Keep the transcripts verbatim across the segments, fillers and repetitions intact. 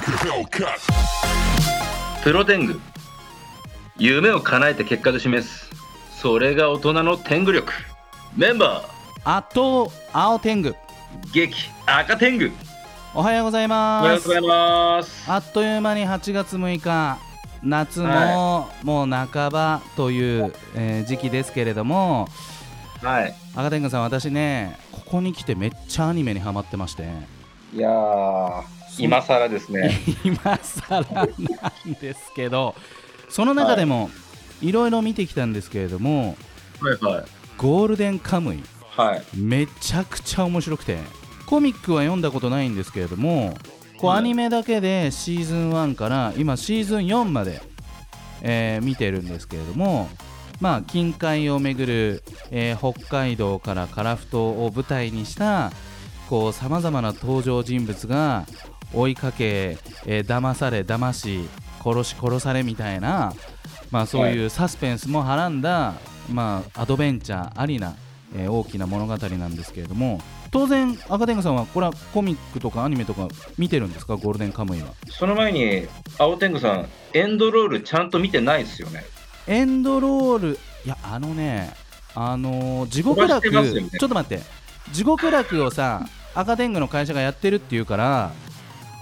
プロテング、夢を叶えて結果で示す、それが大人の天狗力。メンバー圧倒青天狗、 激赤天狗。 おはようございます。 おはようございます。 あっという間にはちがつむいか、夏も、はい、もう半ばという、えー、時期ですけれども、 はい、 赤天狗さん、私ねここに来てめっちゃアニメにハマってまして。 いやー、今更ですね今更なんですけど、その中でもいろいろ見てきたんですけれども、 はいはい、 ゴールデンカムイ、 はい、 めちゃくちゃ面白くて、コミックは読んだことないんですけれども、こうアニメだけでシーズンワンから今シーズンよんまで、えー、見てるんですけれども、まあ近海を巡る、えー、北海道から樺太を舞台にしたこうさまざまな登場人物が追いかけ、えー、騙され騙し殺し殺されみたいな、まあ、そういうサスペンスもはらんだ、まあ、アドベンチャーありな、えー、大きな物語なんですけれども、当然赤天狗さんはこれはコミックとかアニメとか見てるんですか？ゴールデンカムイは。 その前に青天狗さん、エンドロールちゃんと見てないですよね？ エンドロール、いやあのねあのー、地獄楽、ね、ちょっと待って、地獄楽をさ赤天狗の会社がやってるっていうから、はい、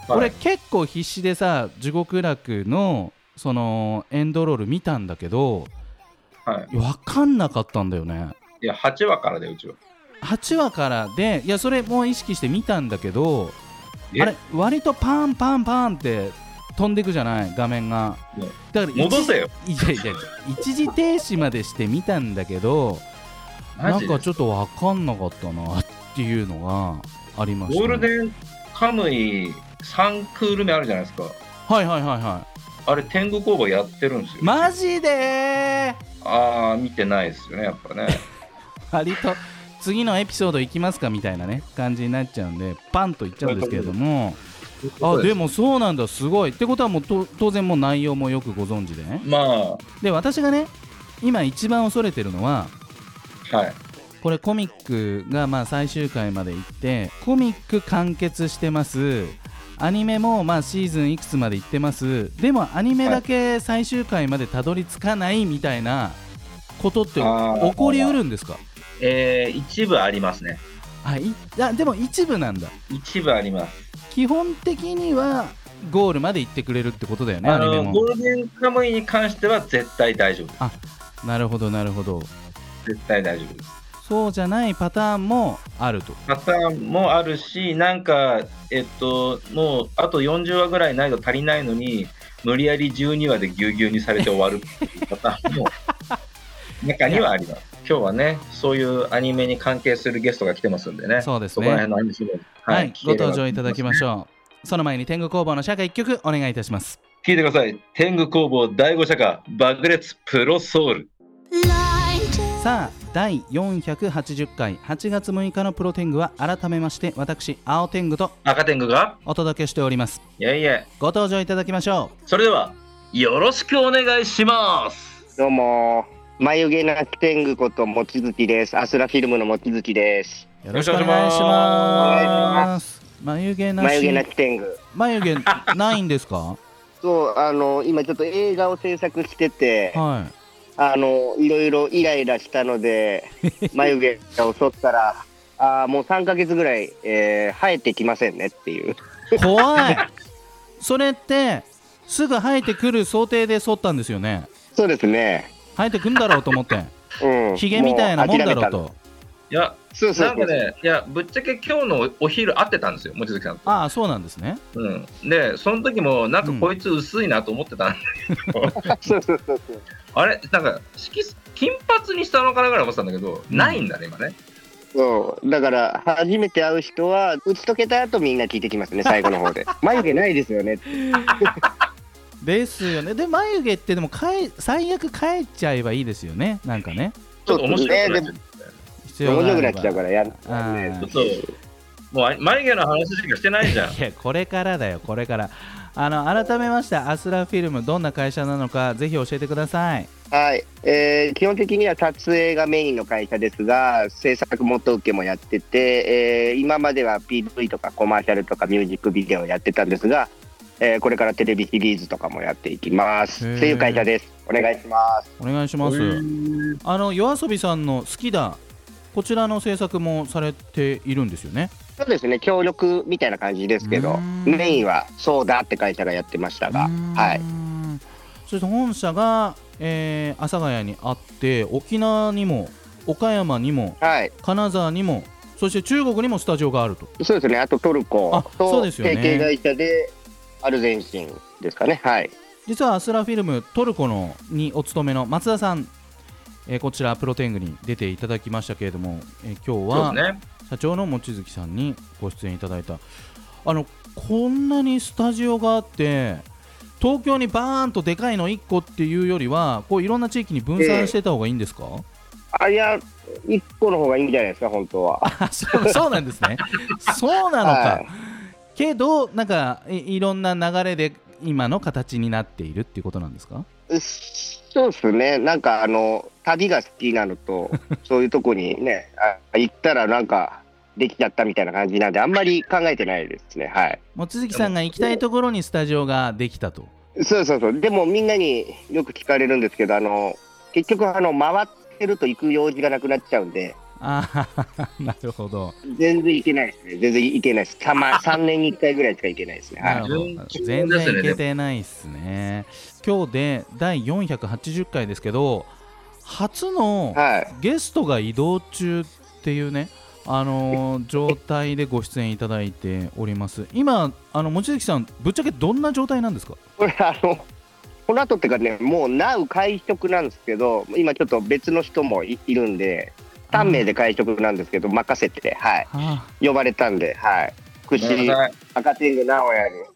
俺結構必死でさ地獄楽のそのエンドロール見たんだけど、はい、分かんなかったんだよね。 いやはちわからで、うちははちわからで、いやそれも意識して見たんだけど、あれ割とパンパンパンって飛んでいくじゃない画面が。 だから戻せよ。 いやいや一時停止までして見たんだけど、なんかちょっと分かんなかったなっていうのがありました、ね、 ゴールデンカムイさんクール目あるじゃないですか。 はいはいはいはい。 あれ天狗工房やってるんですよ。 マジで？ ああ、見てないですよね、やっぱね割と次のエピソードいきますかみたいなね感じになっちゃうんでパンといっちゃうんですけれども、あでもそうなんだ、すごいってことはもうと当然もう内容もよくご存知でね。 まあで私がね今一番恐れてるのは、 はい、 これコミックがまあ最終回までいって、コミック完結してます、アニメもまあシーズンいくつまでいってます、でもアニメだけ最終回までたどり着かないみたいなことって起こりうるんですか？ えー、一部ありますね。 あいあでも一部なんだ。 一部あります。 基本的にはゴールまで行ってくれるってことだよね。 あのアニメもゴールデンカムイに関しては絶対大丈夫です。 あ、なるほどなるほど、 絶対大丈夫です。 そうじゃないパターンもあると。 パターンもあるし、なんかえっともうあとよんじゅうわぐらいないと足りないのに無理やりじゅうにわでぎゅうぎゅうにされて終わるっていうパターンも中にはあります。今日はねそういうアニメに関係するゲストが来てますんでね。 そうですね、 そこら辺のアニメも、 はいはい、ご登場いただきましょう。その前に天狗工房の社歌いっきょくお願いいたします。 聞いてください。天狗工房だいご社歌爆裂プロソウル。 さあだいよんひゃくはちじゅっかいはちがつむいかのプロ天狗は改めまして私青天狗と赤天狗がお届けしております。 いえいえ、 ご登場いただきましょう。それではよろしくお願いします。 どうも眉毛なき天狗こと望月です。アスラフィルムの望月です。 よろしくお願いします。眉毛なし眉毛なき天狗、 眉毛ないんですか？ そうあの今ちょっと映画を制作してて、 はい、 あのいろいろイライラしたので眉毛を剃ったらあもうさんかげつぐらい、えー、生えてきませんねっていう怖いそれってすぐ生えてくる想定で剃ったんですよね？ そうですね、 生えてくんだろうと思って、うん、ヒゲみたいなもんだろうと。 いやそうそうそうなんかね、いやぶっちゃけ今日のお昼会ってたんですよ、望月さんと。 ああそうなんですね、 うん、でその時もなんかこいつ薄いなと思ってたんだけど、うん、そうそうそうそうあれなんか金髪にしたのかなぐらい思ってたんだけど、うん、ないんだね今ね。 そうだから初めて会う人は打ち解けた後みんな聞いてきますね最後の方で眉毛ないですよねですよね。で眉毛ってでも変え最悪変えちゃえばいいですよね。なんかねちょっと面白くなっちゃう、 必要があれば面白くなっちゃうからやる、 ね、ちょっともう眉毛の話しかしてないじゃん。 いやこれからだよこれから。あの改めましてアスラフィルムどんな会社なのかぜひ教えてください。 はい、えー、基本的には撮影がメインの会社ですが制作元請けもやってて、えー、今までは ピーブイ とかコマーシャルとかミュージックビデオをやってたんですが、 えー、これからテレビシリーズとかもやっていきます。 へーという会社です。お願いします。 お願いします。あの夜遊びさんの好きだ、こちらの制作もされているんですよね。 そうですね、協力みたいな感じですけど、メインはそうだって会社がやってましたが、はい。 そして本社が、えー、阿佐ヶ谷にあって、沖縄にも岡山にも、はい、金沢にも、そして中国にもスタジオがあると。 そうですね、あとトルコと提携会社でアルゼンチンですかね。はい。 実はアスラフィルムトルコのにお勤めの松田さん、えー、こちらプロテングに出ていただきましたけれども、えー、今日は社長の望月さんにご出演いただいた。あのこんなにスタジオがあって、東京にバーンとでかいのいっこっていうよりは、こういろんな地域に分散してた方がいいんですか？えー、 あいや、いっこの方がいいんじゃないですか、本当は。 そうそうなんですね。そうなのか、はい、けどなんか い, いろんな流れで今の形になっているっていうことなんですか？ そうですね、なんかあの旅が好きなのとそういうとこにねあ行ったらなんかできちゃったみたいな感じなんで、あんまり考えてないですね。はい。 望月さんが行きたいところにスタジオができたと。 そうそうそう。でもみんなによく聞かれるんですけど、あの結局あの回ってると行く用事がなくなっちゃうんで。 ああ、なるほど。 全然行けないですね。全然行けないです。たまさんねんにいっかいぐらいしか行けないですね。はい、 全然行けてないですね。今日でだいよんひゃくはちじゅっかいですけど、初のゲストが移動中っていうね、あのー、状態でご出演いただいております。今あの望月さん、ぶっちゃけどんな状態なんですか？ これあのこの後っていうかね、もうなう会食なんですけど、今ちょっと別の人も い, いるんでさん名で会食なんですけど、任せて、はい、はあ、呼ばれたんで、はい、串赤天狗名古屋に、はい、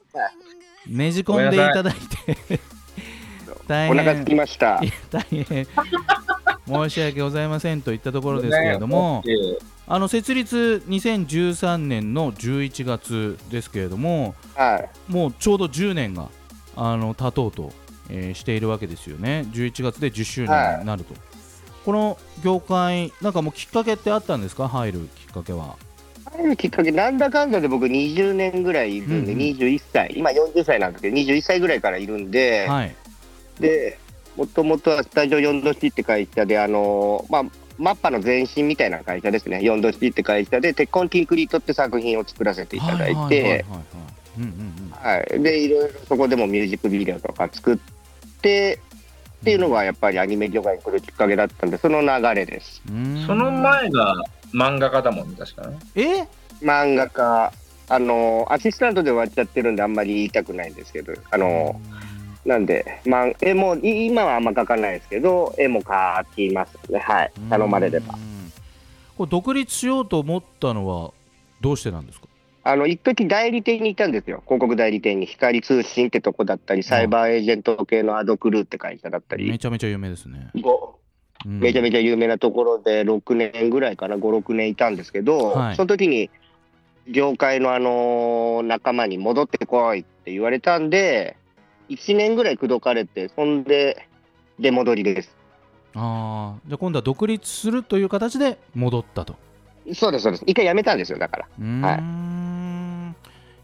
ねじ込んでいただいて大変お腹空きました。 大変申し訳ございませんといったところですけれども、あの設立にせんじゅうさんねんのじゅういちがつですけれども、はい、もうちょうどじゅうねんがあの経とうと、えー、しているわけですよね。じゅういちがつでじゅっしゅうねんになると、はい、この業界なんかもうきっかけってあったんですか？入るきっかけは。 入るきっかけなんだかんだで僕にじゅうねんぐらいいるんで、うんうん、にじゅういっさい、今よんじゅっさいなんですけどにじゅういっさいぐらいからいるんで、はい、でもともとはスタジオよんどしって会社で、あのーまあ、マッパの前身みたいな会社ですね。よんどしって会社で鉄痕ティンクリートって作品を作らせていただいて、でいろいろそこでもミュージックビデオとか作ってっていうのがやっぱりアニメ業界に来るきっかけだったんで、その流れです。 その前が漫画家だもんね、確かね。 え漫画家、あのアシスタントで終わっちゃってるんであんまり言いたくないんですけど、あのなんで、まあ、絵も今はあんま描かないですけど絵も描きますね。はい、頼まれれば。 これ独立しようと思ったのはどうしてなんですか？ あの一時代理店にいたんですよ。広告代理店に光通信ってとこだったり、サイバーエージェント系のアドクルーって会社だったり、 めちゃめちゃ有名ですね。 うん、めちゃめちゃ有名なところでろくねんぐらいかな、ごろくねんいたんですけど、はい、その時に業界の、あのー、仲間に戻ってこいって言われたんでいちねんぐらい口説かれて、そんで出戻りです。 ああ、じゃあ今度は独立するという形で戻ったと。 そうですそうです。一回辞めたんですよ。だからうーん、はい、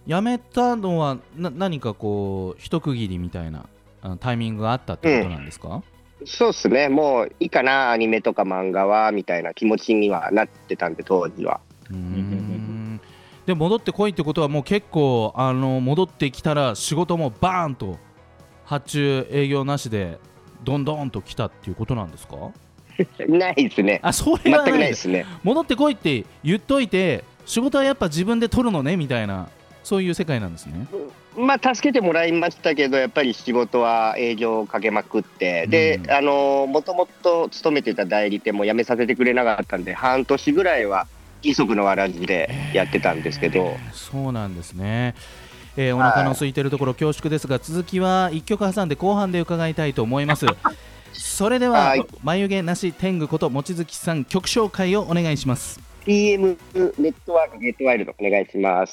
辞めたのはな何かこう一区切りみたいなタイミングがあったってことなんですか？ うん、そうですね。もういいかな、アニメとか漫画はみたいな気持ちにはなってたんで、当時は。うーんで戻ってこいってことはもう結構あの戻ってきたら仕事もバーンと発注営業なしでどんどんと来たっていうことなんですか？ ないですね。 あ、それはない全くないですね。 戻ってこいって言っといて仕事はやっぱ自分で取るのねみたいな、そういう世界なんですね。 まあ助けてもらいましたけど、やっぱり仕事は営業をかけまくって、うん、であのもともと勤めてた代理店も辞めさせてくれなかったんで、半年ぐらいは二足のわらじでやってたんですけど、えー、そうなんですね。えー、お腹の空いているところ恐縮ですが、続きはいっきょく挟んで後半で伺いたいと思います。それでは、はい、眉毛なし天狗こと望月さん、曲紹介をお願いします。 ピーエム ネットワークゲットワイルドお願いします。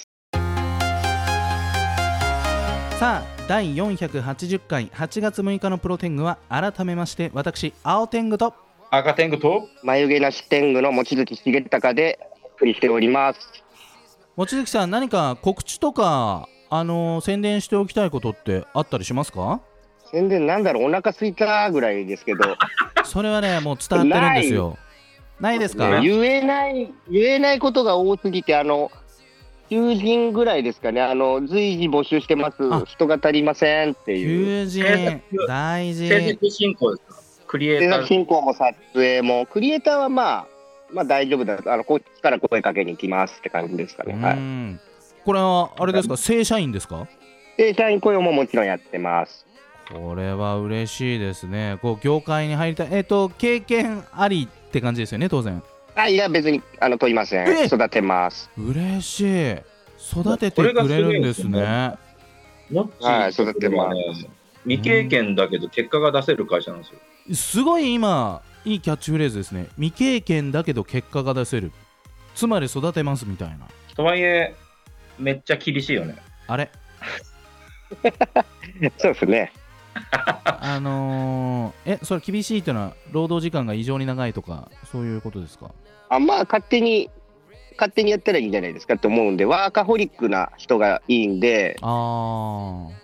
さあだいよんひゃくはちじゅっかいはちがつむいかのプロ天狗は改めまして私青天狗と赤天狗と眉毛なし天狗の望月重隆でお送りしております。 望月さん、何か告知とかあのー、宣伝しておきたいことってあったりしますか？ 宣伝なんだろう、お腹すいたぐらいですけどそれはねもう伝わってるんですよ。ないですか？ 言えない言えないことが多すぎて、あの求人ぐらいですかね、あの随時募集してます、人が足りませんっていう。 求人大事。 制作進行ですか？クリエイター。 制作進行も撮影も、クリエイターはまあまあ大丈夫だ、あのこっちから声かけに行きますって感じですかね。はい。 これはあれですか、正社員ですか？ 正社員雇用ももちろんやってます。 これは嬉しいですね。こう業界に入りたい、えっと経験ありって感じですよね、当然。 あ、いや別にあの問いません。育てます。 嬉しい。育ててくれるんですね。 はい、育てます。 未経験だけど結果が出せる会社なんですよ。 すごい今いいキャッチフレーズですね。未経験だけど結果が出せる。つまり育てますみたいな。 とはいえめっちゃ厳しいよね。 あれそうですね。 あのー、えそれ厳しいというのは労働時間が異常に長いとかそういうことですか？ あ、まあ勝手に勝手にやったらいいんじゃないですかと思うんで、ワーカホリックな人がいいんで。 ああ、 はい。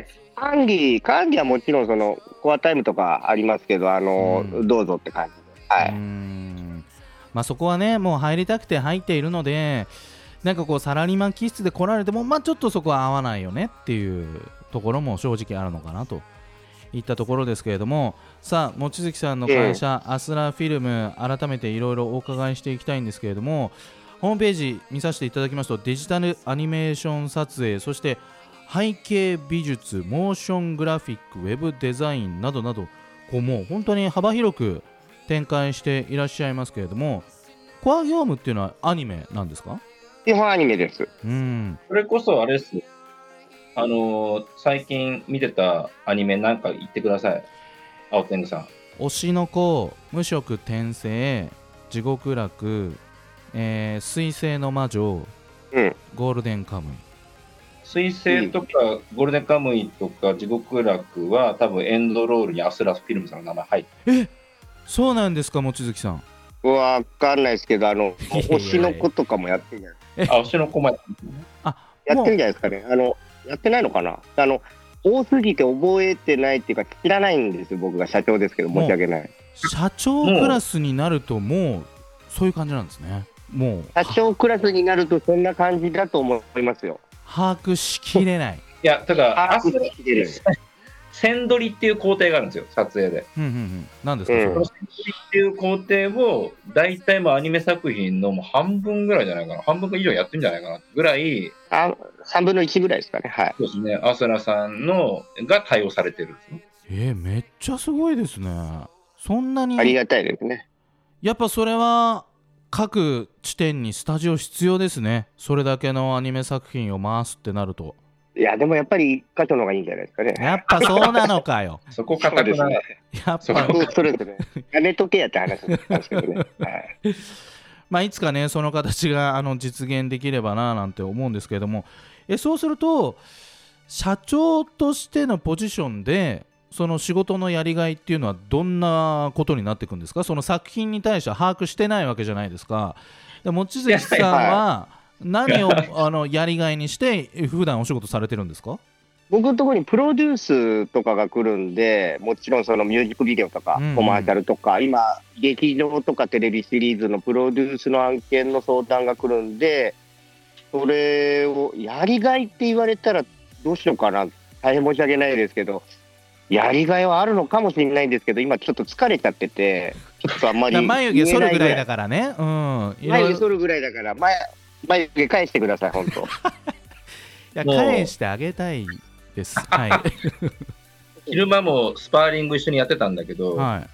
管理管理はもちろんそのコアタイムとかありますけど、あの、うん、どうぞって感じで。はい。うーん、まあそこはねもう入りたくて入っているので、なんかこうサラリーマン気質で来られてもまあちょっとそこは合わないよねっていうところも正直あるのかなといったところですけれども、さあ望月さんの会社、えー、アスラフィルム改めていろいろお伺いしていきたいんですけれども、ホームページ見させていただきますとデジタルアニメーション撮影、そして背景美術、モーショングラフィック、ウェブデザインなどなどこうもう本当に幅広く展開していらっしゃいますけれども、コア業務っていうのはアニメなんですか？ 基本アニメです。 うん。 それこそあれです。あのー、最近見てたアニメなんか言ってください。青天狗さん。 推しの子、無職転生、地獄楽、えー、水星の魔女、 うん、 ゴールデンカムイ。 水星とかゴールデンカムイとか地獄楽は多分エンドロールにアスラフィルムさんの名前入ってる。え、そうなんですか、望月さん。 わかんないですけど、あの推しの子とかもやってるんじゃないですか。 あ、推しの子もやってる、ね、 あ、やってるんじゃないですかね。あのやってないのかな。あの多すぎて覚えてないっていうか知らないんですよ。僕が社長ですけど申し訳ない。 社長クラスになるともうそういう感じなんですね。もう社長クラスになるとそんな感じだと思いますよ。 把握しきれない。 いや、だから把握しきれない。線取りっていう工程があるんですよ、撮影で。 うんうんうん。何ですか、 うん、その線取りっていう工程を大体もうアニメ作品のもう半分ぐらいじゃないかな、半分以上やってるんじゃないかなぐらい。 あ、さんぶんのいちぐらいですかね。はい。 そうですね。アスラさんのが対応されてるんですね。 えー、めっちゃすごいですね。そんなに。 ありがたいですね。 やっぱそれは各地点にスタジオ必要ですね。それだけのアニメ作品を回すってなると。 いやでもやっぱり一箇所の方がいいんじゃないですかね。 やっぱそうなのかよ。 そこ固くな、ね、 やっぱそそれぞれやめとけやって話なんですけどね。はい。 まあいつかねその形があの実現できればななんて思うんですけれども、えそうすると社長としてのポジションでその仕事のやりがいっていうのはどんなことになっていくんですか？その作品に対しては把握してないわけじゃないですか。で望月さんは何をあのやりがいにして普段お仕事されてるんですか？ 僕のところにプロデュースとかが来るんで、もちろんそのミュージックビデオとかコマーシャルとか、うんうん、今劇場とかテレビシリーズのプロデュースの案件の相談が来るんで、それをやりがいって言われたらどうしようかな、大変申し訳ないですけど、やりがいはあるのかもしれないんですけど、今ちょっと疲れちゃってて、ちょっとあんまり眉毛剃るぐらいだからね、うん、 眉毛剃るぐらいだから眉眉毛返してください本当。いや返してあげたいです。はい。 昼間もスパーリング一緒にやってたんだけど、はい、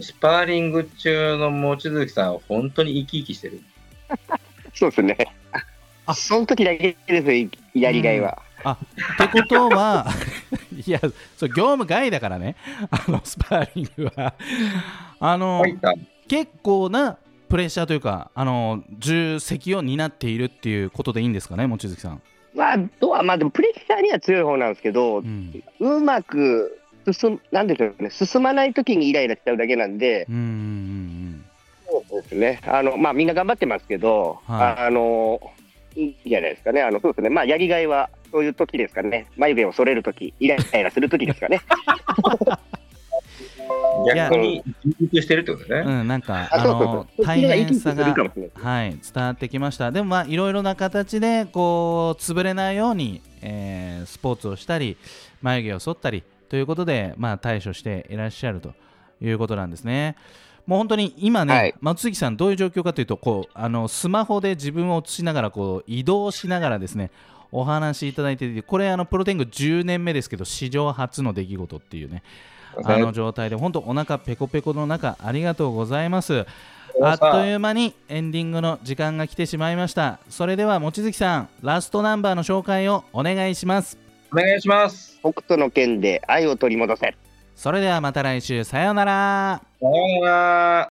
スパーリング中の望月さんは本当に生き生きしてる。 そうですね。あ、その時だけですよ、やりがいは。 うん、あってことはいやそう業務外だからね、あのスパーリングはあの結構なプレッシャーというかあの重責を担っているっていうことでいいんですかね、望月さん。 まあどうまあでもプレッシャーには強い方なんですけど、うん、うまく進なんでしょうね、進まない時にイライラしちゃうだけなんで。うんうんうん、そうですね。あのまあみんな頑張ってますけど、はい、あのいいじゃないですかね。あのそうですね。まあやりがいはそういう時ですかね。眉毛を剃れる時、イライラする時ですかね。 逆に充実してるってことね。 うん、なんかああのそうそうそう大変さがそっちの方が生き生きするかもしれないはい伝わってきました。でもまあいろいろな形でこう潰れないように、えースポーツをしたり眉毛を剃ったりということでまあ対処していらっしゃるということなんですね。もう本当に今ね、 はい、 松月さんどういう状況かというとこうあのスマホで自分を映しながらこう移動しながらですねお話しいただいていて、これあのプロテイングじゅうねんめですけど史上初の出来事っていうねあの状態で本当お腹ペコペコの中ありがとうございます。あっという間にエンディングの時間が来てしまいました。それでは望月さんラストナンバーの紹介をお願いします。 お願いします。 北斗の拳で愛を取り戻せ。 それではまた来週さようなら。 さようなら。